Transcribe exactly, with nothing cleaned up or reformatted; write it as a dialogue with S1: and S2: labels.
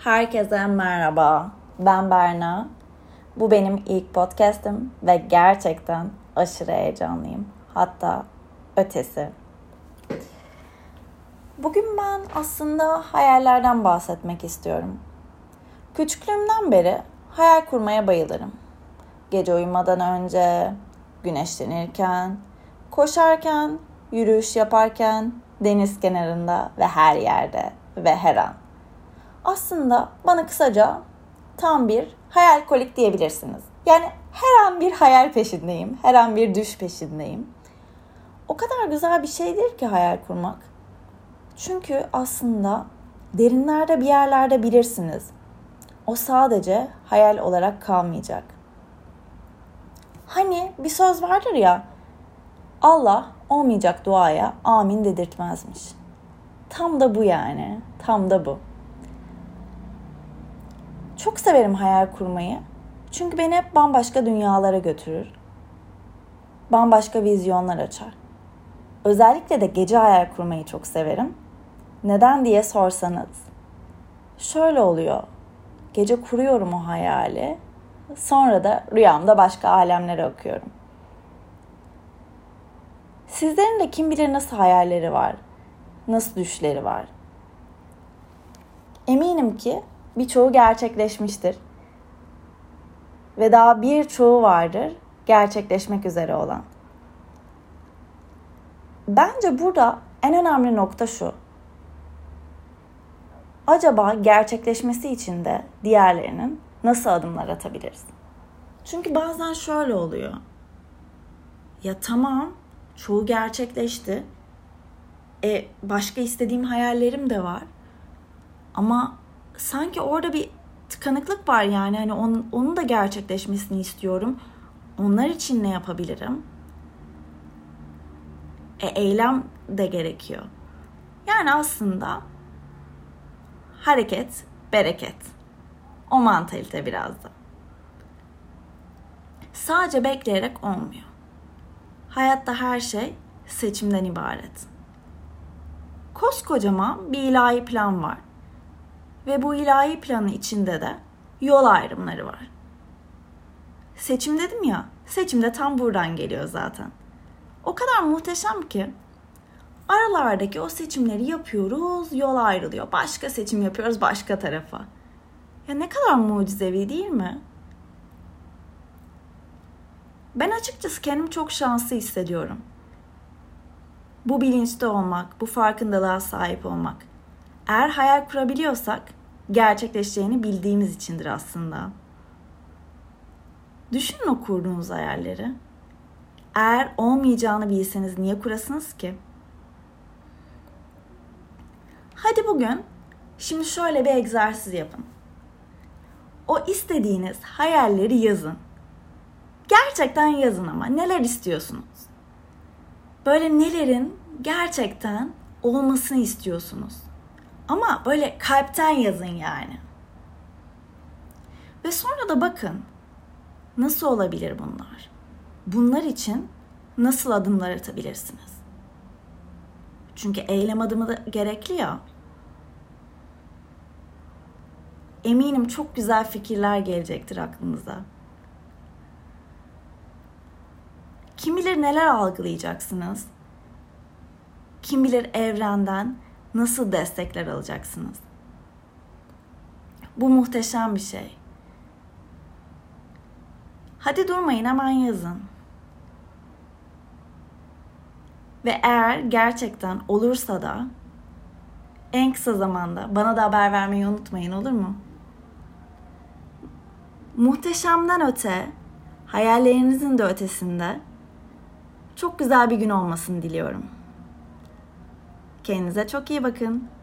S1: Herkese merhaba. Ben Berna. Bu benim ilk podcast'im ve gerçekten aşırı heyecanlıyım. Hatta ötesi. Bugün ben aslında hayallerden bahsetmek istiyorum. Küçüklüğümden beri hayal kurmaya bayılırım. Gece uyumadan önce, güneşlenirken, koşarken, yürüyüş yaparken, deniz kenarında ve her yerde ve her an. Aslında bana kısaca tam bir hayalkolik diyebilirsiniz. Yani her an bir hayal peşindeyim, her an bir düş peşindeyim. O kadar güzel bir şeydir ki hayal kurmak. Çünkü aslında derinlerde bir yerlerde bilirsiniz. O sadece hayal olarak kalmayacak. Hani bir söz vardır ya, Allah olmayacak duaya amin dedirtmezmiş. Tam da bu yani, tam da bu. Çok severim hayal kurmayı. Çünkü beni hep bambaşka dünyalara götürür. Bambaşka vizyonlar açar. Özellikle de gece hayal kurmayı çok severim. Neden diye sorsanız, şöyle oluyor. Gece kuruyorum o hayali. Sonra da rüyamda başka alemlere akıyorum. Sizlerin de kim bilir nasıl hayalleri var, nasıl düşleri var. Eminim ki birçoğu gerçekleşmiştir. Ve daha birçoğu vardır gerçekleşmek üzere olan. Bence burada en önemli nokta şu. Acaba gerçekleşmesi için de diğerlerinin nasıl adımlar atabiliriz? Çünkü bazen şöyle oluyor. Ya tamam, çoğu gerçekleşti. E, başka istediğim hayallerim de var. Ama sanki orada bir tıkanıklık var yani. Hani onun, onun da gerçekleşmesini istiyorum. Onlar için ne yapabilirim? E, eylem de gerekiyor. Yani aslında hareket, bereket. O mantalite biraz da. Sadece bekleyerek olmuyor. Hayatta her şey seçimden ibaret. Koskocaman bir ilahi plan var. Ve bu ilahi planın içinde de yol ayrımları var. Seçim dedim ya, seçim de tam buradan geliyor zaten. O kadar muhteşem ki aralardaki o seçimleri yapıyoruz, yol ayrılıyor. Başka seçim yapıyoruz başka tarafa. Ya ne kadar mucizevi değil mi? Ben açıkçası kendimi çok şanslı hissediyorum. Bu bilinçte olmak, bu farkındalığa sahip olmak. Eğer hayal kurabiliyorsak gerçekleşeceğini bildiğimiz içindir aslında. Düşünün o kurduğunuz hayalleri. Eğer olmayacağını bilseniz niye kurasınız ki? Hadi bugün şimdi şöyle bir egzersiz yapın. O istediğiniz hayalleri yazın. Gerçekten yazın ama neler istiyorsunuz? Böyle nelerin gerçekten olmasını istiyorsunuz? Ama böyle kalpten yazın yani. Ve sonra da bakın nasıl olabilir bunlar? Bunlar için nasıl adımlar atabilirsiniz? Çünkü eylem adımı da gerekli ya. Eminim çok güzel fikirler gelecektir aklınıza. Kim bilir neler algılayacaksınız? Kim bilir evrenden nasıl destekler alacaksınız? Bu muhteşem bir şey. Hadi durmayın, hemen yazın. Ve eğer gerçekten olursa da en kısa zamanda bana da haber vermeyi unutmayın, olur mu? Muhteşemden öte, hayallerinizin de ötesinde çok güzel bir gün olmasını diliyorum. Kendinize çok iyi bakın.